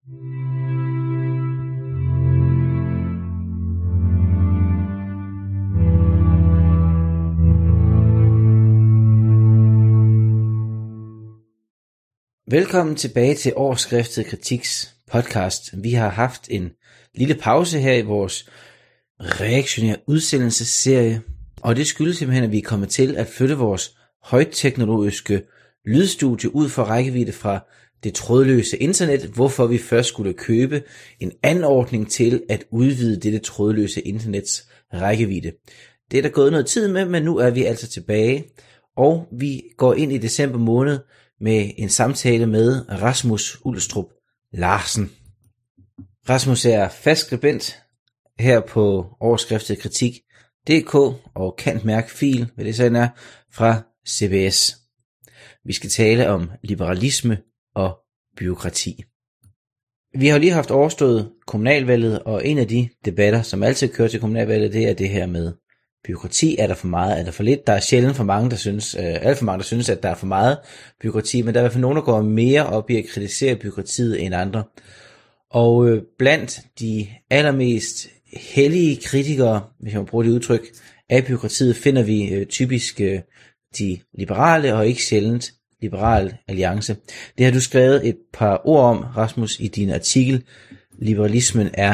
Velkommen tilbage til Overskriftet Kritiks podcast. Vi har haft en lille pause her i vores reaktionære udsendelsesserie, og det skyldes simpelthen, at vi er kommet til at flytte vores højteknologiske lydstudie ud for rækkevidde fra det trådløse internet, hvorfor vi først skulle købe en anordning til at udvide dette trådløse internets rækkevidde. Det er der gået noget tid med, men nu er vi altså tilbage, og vi går ind i december måned med en samtale med Rasmus Ulstrup Larsen. Rasmus er fast skribent her på Overskriftet Kritik.dk og kan mærke fil, hvad det så er, fra CBS. Vi skal tale om liberalisme og byråkrati. Vi har lige haft overstået kommunalvalget, og en af de debatter, som altid kører til kommunalvalget, det er det her med byråkrati. Er der for meget? Er der for lidt? Der er sjældent for mange, der synes, alt for mange, der synes, at der er for meget byråkrati, men der er i hvert fald nogen, der går mere op i at kritisere byråkratiet end andre. Og blandt de allermest hellige kritikere, hvis jeg må bruge det udtryk, af byråkratiet, finder vi typisk de liberale og ikke sjældent Liberal Alliance. Det har du skrevet et par ord om, Rasmus, i din artikel. Liberalismen er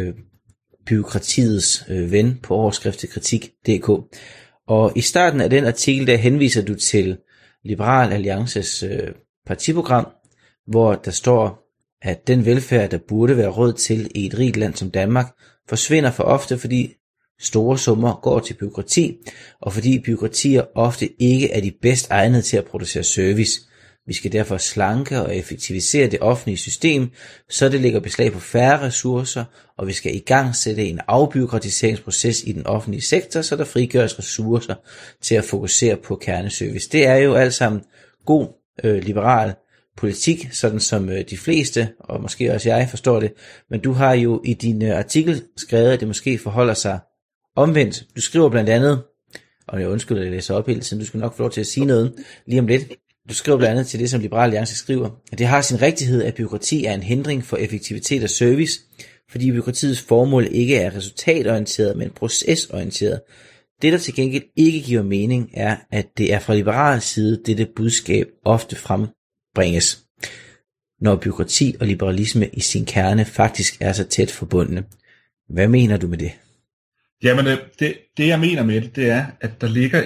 byråkratiets ven på Overskriftet Kritik.dk. Og i starten af den artikel, der henviser du til Liberal Alliances partiprogram, hvor der står, at den velfærd, der burde være råd til i et rigt land som Danmark, forsvinder for ofte, fordi store summer går til byråkrati, og fordi byråkratier ofte ikke er de bedst egnede til at producere service. Vi skal derfor slanke og effektivisere det offentlige system, så det lægger beslag på færre ressourcer, og vi skal i gang sætte en afbureaukratiseringsproces i den offentlige sektor, så der frigøres ressourcer til at fokusere på kerneservice. Det er jo alt sammen god liberal politik, sådan som de fleste, og måske også jeg, forstår det. Men du har jo i din artikel skrevet, at det måske forholder sig omvendt. Du skriver blandt andet, og jeg undskylder, at jeg læser op hele tiden, du skal nok få lov til at sige noget lige om lidt. Du skriver blandt andet til det, som Liberal Alliance skriver, at det har sin rigtighed, at byråkrati er en hindring for effektivitet og service, fordi byråkratiets formål ikke er resultatorienteret, men procesorienteret. Det, der til gengæld ikke giver mening, er, at det er fra liberal side, dette budskab ofte frembringes, når byråkrati og liberalisme i sin kerne faktisk er så tæt forbundne. Hvad mener du med det? Jamen, det jeg mener med det er, at der ligger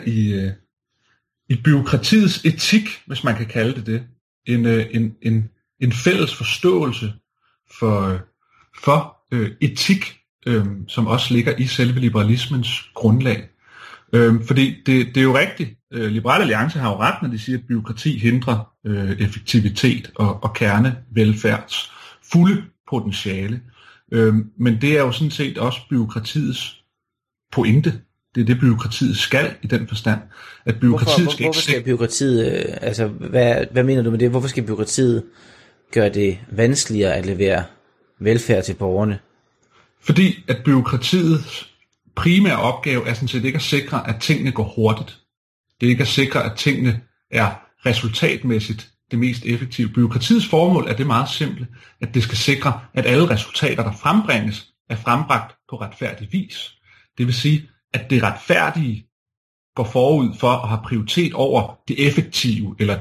i byråkratiets etik, hvis man kan kalde det, en fælles forståelse for etik, som også ligger i selve liberalismens grundlag. Fordi det er jo rigtigt. Liberal Alliance har jo ret, når de siger, at byråkrati hindrer effektivitet og kernevelfærds fulde potentiale. Men det er jo sådan set også byråkratiets pointe. Det er det, byråkratiet skal i den forstand. At byråkratiet hvorfor skal byråkratiet, hvad mener du med det? Hvorfor skal byråkratiet gøre det vanskeligere at levere velfærd til borgerne? Fordi at byråkratiets primære opgave er sådan set ikke at sikre, at tingene går hurtigt. Det er ikke at sikre, at tingene er resultatmæssigt det mest effektive. Byråkratiets formål er det meget simple, at det skal sikre, at alle resultater, der frembringes, er frembragt på retfærdig vis. Det vil sige, at det retfærdige går forud for at have prioritet over det effektive, eller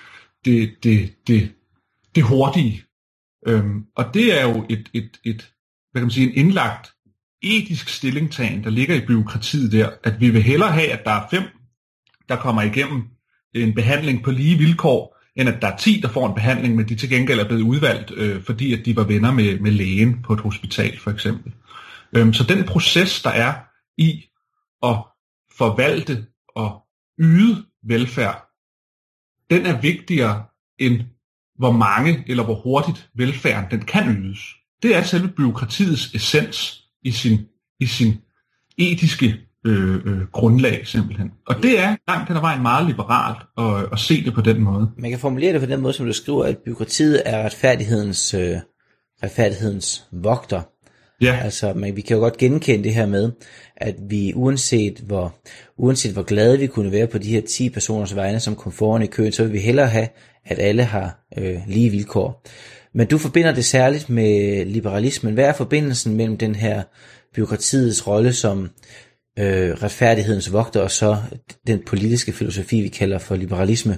det hurtige. Og det er jo en indlagt etisk stillingtagen, der ligger i byråkratiet der, at vi vil hellere have, at der er 5, der kommer igennem en behandling på lige vilkår, end at der er 10, der får en behandling, men de til gengæld er blevet udvalgt, fordi at de var venner med lægen på et hospital, for eksempel. Så den proces, der er i at forvalte og yde velfærd, den er vigtigere end hvor mange eller hvor hurtigt velfærden den kan ydes. Det er selve byråkratiets essens i sin etiske grundlag simpelthen. Og det er langt den vejen meget liberalt at se det på den måde. Man kan formulere det på den måde, som du skriver, at byråkratiet er retfærdighedens vogter. Ja. Altså, men vi kan jo godt genkende det her med, at vi uanset hvor glade vi kunne være på de her 10 personers vegne, som kom foran i køen, så vil vi hellere have, at alle har lige vilkår. Men du forbinder det særligt med liberalismen. Hvad er forbindelsen mellem den her bureaukratiets rolle som retfærdighedens vogter og så den politiske filosofi, vi kalder for liberalisme?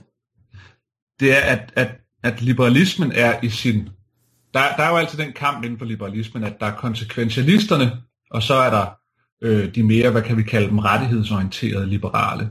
Det er, at liberalismen er i sin... Der er jo altid den kamp inden for liberalismen, at der er konsekventialisterne, og så er der de mere, hvad kan vi kalde dem, rettighedsorienterede liberale.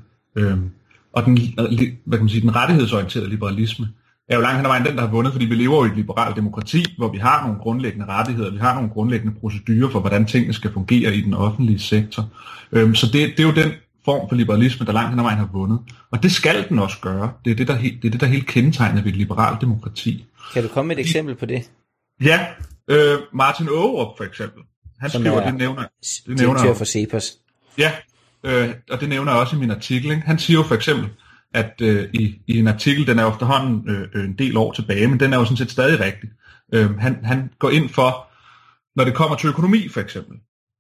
Og den rettighedsorienterede liberalisme er jo langt hen ad vejen den, der har vundet, fordi vi lever jo i et liberalt demokrati, hvor vi har nogle grundlæggende rettigheder, vi har nogle grundlæggende procedurer for, hvordan tingene skal fungere i den offentlige sektor. Så det er jo den form for liberalisme, der langt hen ad vejen har vundet. Og det skal den også gøre. Det er det, der er helt kendetegnet ved et liberalt demokrati. Kan du komme med et eksempel på det? Ja, Martin Aagerup for eksempel. Han skriver, det nævner for CEPOS. Ja, og det nævner jeg også i min artikel. Ikke? Han siger jo for eksempel, at i en artikel, den er jo efterhånden en del år tilbage, men den er jo sådan set stadig rigtig. Han går ind for, når det kommer til økonomi for eksempel,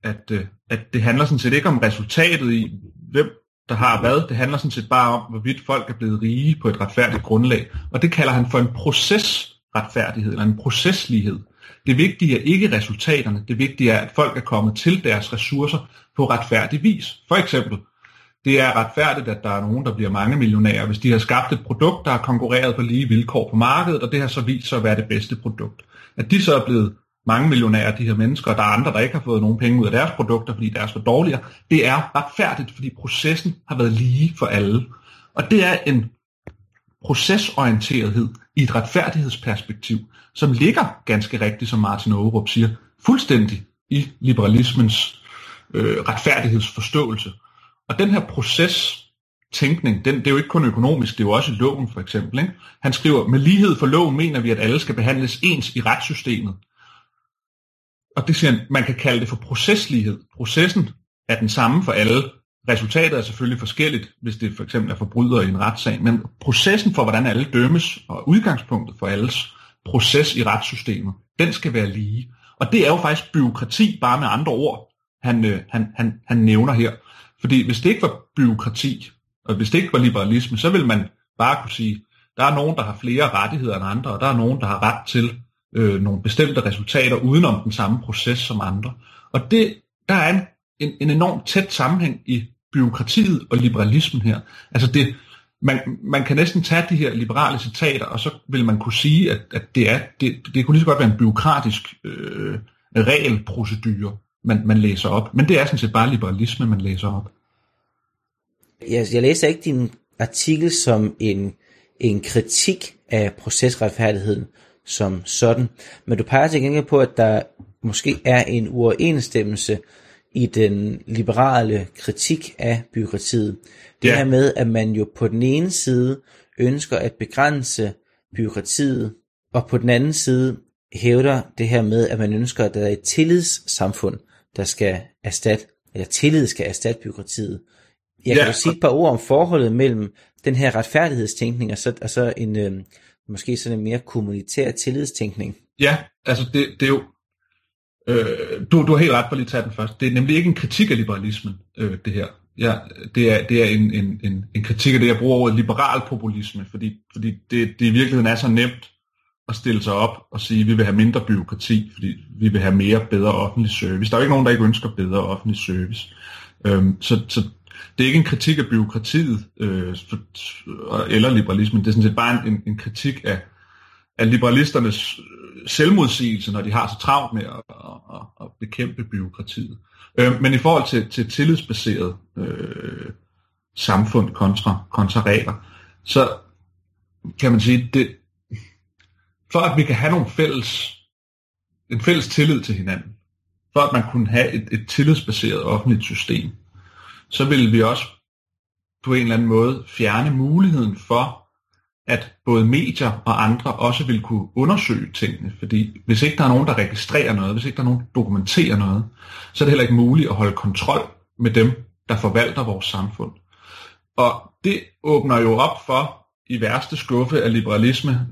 at det handler sådan set ikke om resultatet i, hvem der har hvad. Det handler sådan set bare om, hvorvidt folk er blevet rige på et retfærdigt grundlag. Og det kalder han for en procesretfærdighed, eller en proceslighed. Det vigtige er ikke resultaterne. Det vigtige er, at folk er kommet til deres ressourcer på retfærdig vis. For eksempel, det er retfærdigt, at der er nogen, der bliver mange millionærer, hvis de har skabt et produkt, der har konkurreret på lige vilkår på markedet, og det har så vist sig at være det bedste produkt. At de så er blevet mange millionærer, de her mennesker, og der er andre, der ikke har fået nogen penge ud af deres produkter, fordi deres var dårligere, det er retfærdigt, fordi processen har været lige for alle. Og det er en procesorienterethed i et retfærdighedsperspektiv, som ligger ganske rigtigt, som Martin Aagerup siger, fuldstændig i liberalismens retfærdighedsforståelse. Og den her procestænkning, det er jo ikke kun økonomisk, det er jo også i loven for eksempel. Ikke? Han skriver, med lighed for loven mener vi, at alle skal behandles ens i retssystemet. Og det siger han, man kan kalde det for proceslighed. Processen er den samme for alle. Resultatet er selvfølgelig forskelligt, hvis det for eksempel er forbrydere i en retssag, men processen for, hvordan alle dømmes, og udgangspunktet for alles proces i retssystemet, den skal være lige. Og det er jo faktisk bureaukrati, bare med andre ord, han nævner her. Fordi hvis det ikke var bureaukrati, og hvis det ikke var liberalisme, så ville man bare kunne sige, der er nogen, der har flere rettigheder end andre, og der er nogen, der har ret til nogle bestemte resultater udenom den samme proces som andre. Og der er en enormt tæt sammenhæng i bureaukratiet og liberalismen her. Altså man kan næsten tage de her liberale citater, og så vil man kunne sige, at det kunne lige så godt være en bureaukratisk regelprocedure, man læser op. Men det er sådan set bare liberalisme, man læser op. Jeg læser ikke din artikel som en kritik af procesretfærdigheden som sådan, men du peger til gengæld på, at der måske er en uoverensstemmelse i den liberale kritik af bureaukratiet. Det her med, at man jo på den ene side ønsker at begrænse bureaukratiet, og på den anden side hævder det her med, at man ønsker, at der er et tillidssamfund, der skal erstatte, eller tillid skal erstatte bureaukratiet. Jeg kan jo sige et par ord om forholdet mellem den her retfærdighedstænkning og så en måske sådan en mere kommunitær tillidstænkning. Ja, altså det er jo du har helt ret for lige at tage den først. Det er nemlig ikke en kritik af liberalismen, det her. Ja, det er en kritik af det, jeg bruger ordet liberal populisme, fordi det i virkeligheden er så nemt at stille sig op og sige, at vi vil have mindre bureaukrati, fordi vi vil have mere bedre offentlig service. Der er jo ikke nogen, der ikke ønsker bedre offentlig service. Så det er ikke en kritik af bureaukratiet eller liberalismen, det er sådan set bare en kritik af liberalisternes selvmodsigelse, når de har så travlt med at bekæmpe bureaukratiet. Men i forhold til tillidsbaseret samfund kontra regler, så kan man sige, for at vi kan have en fælles tillid til hinanden, for at man kunne have et tillidsbaseret offentligt system, så vil vi også på en eller anden måde fjerne muligheden for, at både medier og andre også vil kunne undersøge tingene. Fordi hvis ikke der er nogen, der registrerer noget, hvis ikke der er nogen, der dokumenterer noget, så er det heller ikke muligt at holde kontrol med dem, der forvalter vores samfund. Og det åbner jo op for, i værste skuffe af liberalisme,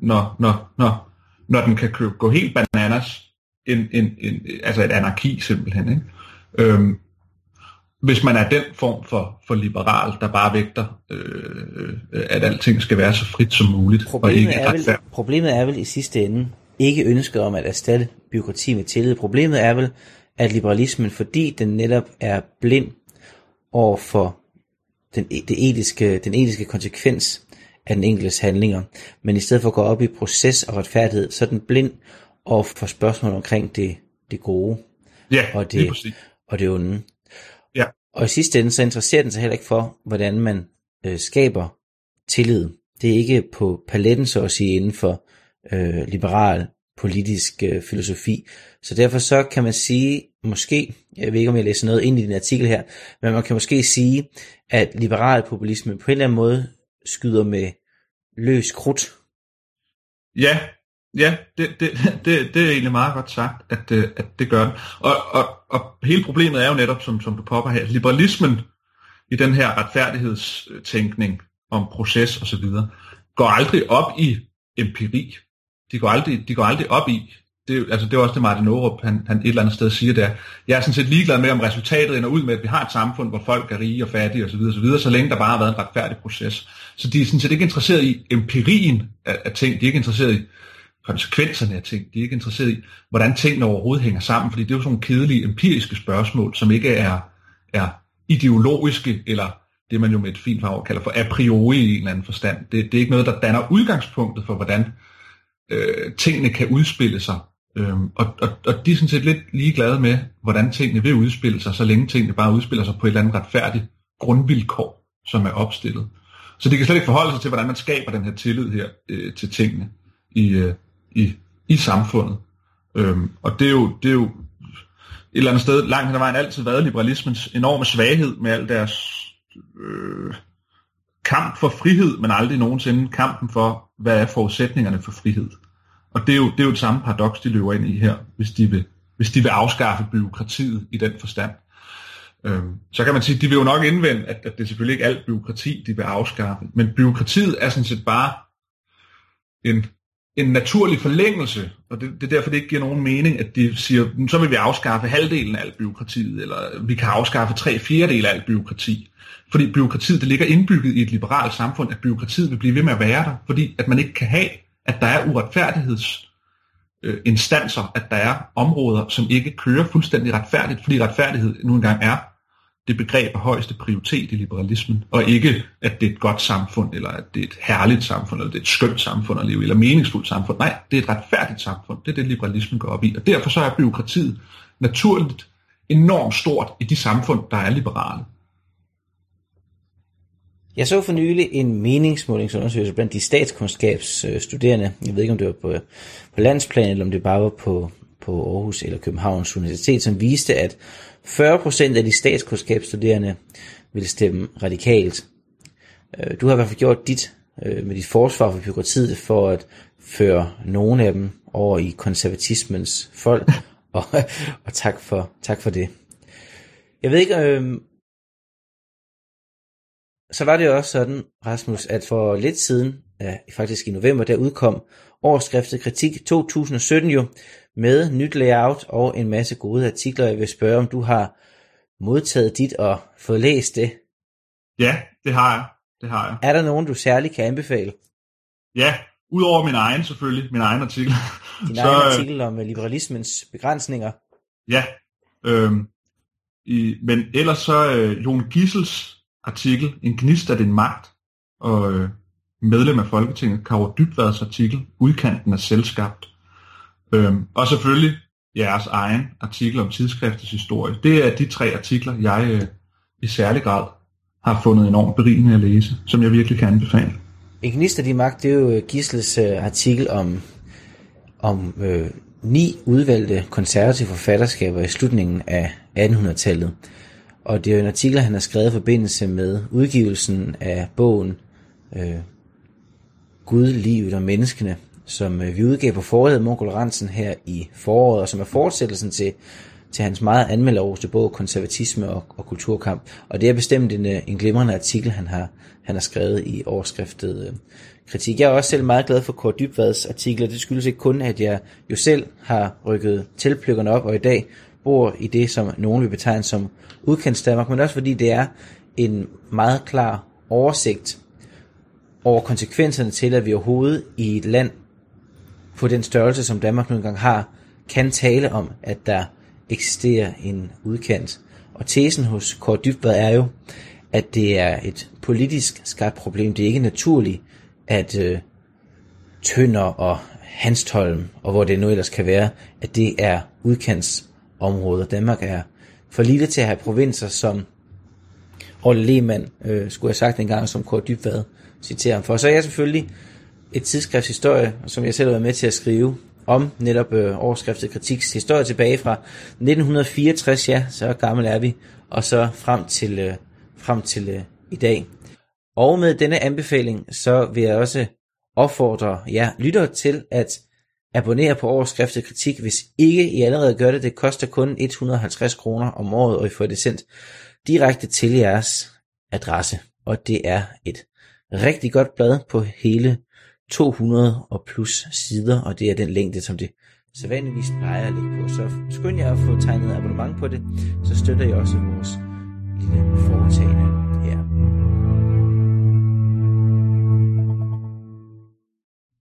når den kan gå helt bananas, altså et anarki simpelthen, ikke? Hvis man er den form for liberal, der bare vægter, at alting skal være så frit som muligt. Problemet er vel i sidste ende, ikke ønsket om at erstatte bureaukrati med tillid. Problemet er vel, at liberalismen, fordi den netop er blind over for den etiske konsekvens af den enkeltes handlinger, men i stedet for at gå op i proces og retfærdighed, så er den blind over for spørgsmål omkring det gode og det onde. Ja. Og i sidste ende, så interesserer den sig heller ikke for, hvordan man skaber tillid. Det er ikke på paletten, så at sige, inden for liberal politisk filosofi. Så derfor så kan man sige, måske, jeg ved ikke om jeg læser noget ind i din artikel her, men man kan måske sige, at liberal populisme på en eller anden måde skyder med løs krudt. Ja, det er egentlig meget godt sagt, at det gør den. Og hele problemet er jo netop, som du popper her, liberalismen i den her retfærdighedstænkning om proces og så videre, går aldrig op i empiri. De går aldrig op i. Det er også det, Martin Aarup, han et eller andet sted siger der. Jeg er sådan set ligeglad med, om resultatet ender ud med, at vi har et samfund, hvor folk er rige og fattige osv., så længe der bare har været en retfærdig proces. Så de er sådan set ikke interesseret i empirien af ting. De er ikke interesseret i konsekvenserne af ting. De er ikke interesseret i, hvordan tingene overhovedet hænger sammen, fordi det er jo sådan nogle kedelige empiriske spørgsmål, som ikke er ideologiske, eller det man jo med et fint farve kalder for a priori i en eller anden forstand. Det er ikke noget, der danner udgangspunktet for, hvordan tingene kan udspille sig. Og de er sådan set lidt ligeglade med, hvordan tingene vil udspille sig, så længe tingene bare udspiller sig på et eller andet retfærdigt grundvilkår, som er opstillet. Så de kan slet ikke forholde sig til, hvordan man skaber den her tillid her til tingene i samfundet. Og det er jo et eller andet sted langt hen ad vejen altid været liberalismens enorme svaghed med al deres kamp for frihed, men aldrig nogensinde kampen for, hvad er forudsætningerne for frihed. Og det er jo et samme paradoks, de løber ind i her, hvis de vil afskaffe bureaukratiet i den forstand. Så kan man sige, at de vil jo nok indvende, at det selvfølgelig ikke er alt bureaukrati, de vil afskaffe. Men bureaukratiet er sådan set bare en naturlig forlængelse, og det er derfor, det ikke giver nogen mening, at de siger, så vil vi afskaffe halvdelen af alt bureaukratiet, eller vi kan afskaffe 3/4 af alt bureaukrati. Fordi bureaukratiet, det ligger indbygget i et liberalt samfund, at bureaukratiet vil blive ved med at være der, fordi at man ikke kan have, at der er uretfærdighedsinstanser, at der er områder, som ikke kører fuldstændig retfærdigt, fordi retfærdighed nu engang er det begreb af højeste prioritet i liberalismen, og ikke, at det er et godt samfund, eller at det er et herligt samfund, eller det er et skønt samfund at leve i, eller meningsfuldt samfund. Nej, det er et retfærdigt samfund. Det er det, liberalismen går op i. Og derfor så er bureaukratiet naturligt enormt stort i de samfund, der er liberale. Jeg så for nylig en meningsmålingsundersøgelse blandt de statskundskabsstuderende. Jeg ved ikke, om det var på landsplan, eller om det bare var på Aarhus eller Københavns Universitet, som viste, at 40% af de statskundskabsstuderende ville stemme radikalt. Du har i hvert fald gjort dit med dit forsvar for bureaukratiet for at føre nogle af dem over i konservatismens folk, og tak for det. Jeg ved ikke, så var det jo også sådan, Rasmus, at for lidt siden, faktisk i november, der udkom Årsskriftet Kritik 2017 jo, med nyt layout og en masse gode artikler. Jeg vil spørge, om du har modtaget dit og fået læst det? Ja, det har jeg. Er der nogen, du særligt kan anbefale? Ja, udover min egen selvfølgelig, min egen artikel. Din egen artikel om liberalismens begrænsninger? Ja, men ellers så Jon Gissels artikel, En gnist af din magt, og medlem af Folketinget, Kaare Dybvads artikel, Udkanten af selvskabt. Og selvfølgelig jeres egen artikel om tidsskriftets historie. Det er de 3 artikler, jeg i særlig grad har fundet enormt berigende at læse, som jeg virkelig kan anbefale. En gnist af din magt, det er jo Gissels artikel om 9 udvalgte konservative forfatterskaber i slutningen af 1800-tallet. Og det er jo en artikel, han har skrevet i forbindelse med udgivelsen af bogen Gud, livet og menneskene, som vi udgav på forlaget Munk & Lorentzen her i foråret, og som er fortsættelsen til hans meget anmelderoste bog Konservatisme og kulturkamp. Og det er bestemt en glimrende artikel, han har skrevet i Årsskriftet Kritik. Jeg er også selv meget glad for Kaare Dybvads artikler. Det skyldes ikke kun, at jeg jo selv har rykket teltpløkkerne op, og i dag bor i det, som nogen vil betegne som udkantsdanmark, men også fordi det er en meget klar oversigt over konsekvenserne til, at vi overhovedet i et land på den størrelse, som Danmark nu engang har, kan tale om, at der eksisterer en udkant. Og tesen hos Kaare Dybvad er jo, at det er et politisk skabt problem. Det er ikke naturligt, at Tønder og Hanstholm, og hvor det nu ellers kan være, at det er udkantsområder. Danmark er for lille til at have provinser, som Ole Lehmann skulle have sagt engang, som Kaare Dybvad citerer ham for. Så er jeg selvfølgelig et tidsskriftshistorie, som jeg selv har været med til at skrive om netop overskriftet Kritiks historie tilbage fra 1964, ja, så gammel er vi, og så frem til i dag. Og med denne anbefaling, så vil jeg også opfordre jer lyttere til at abonnere på overskriftet Kritik, hvis ikke I allerede gør det. Det koster kun 150 kroner om året, og I får det sendt direkte til jeres adresse. Og det er et rigtig godt blad på hele 200 og plus sider, og det er den længde, som det sædvanligvis plejer at ligge på. Så skynd jer at få tegnet abonnement på det, så støtter I også vores lille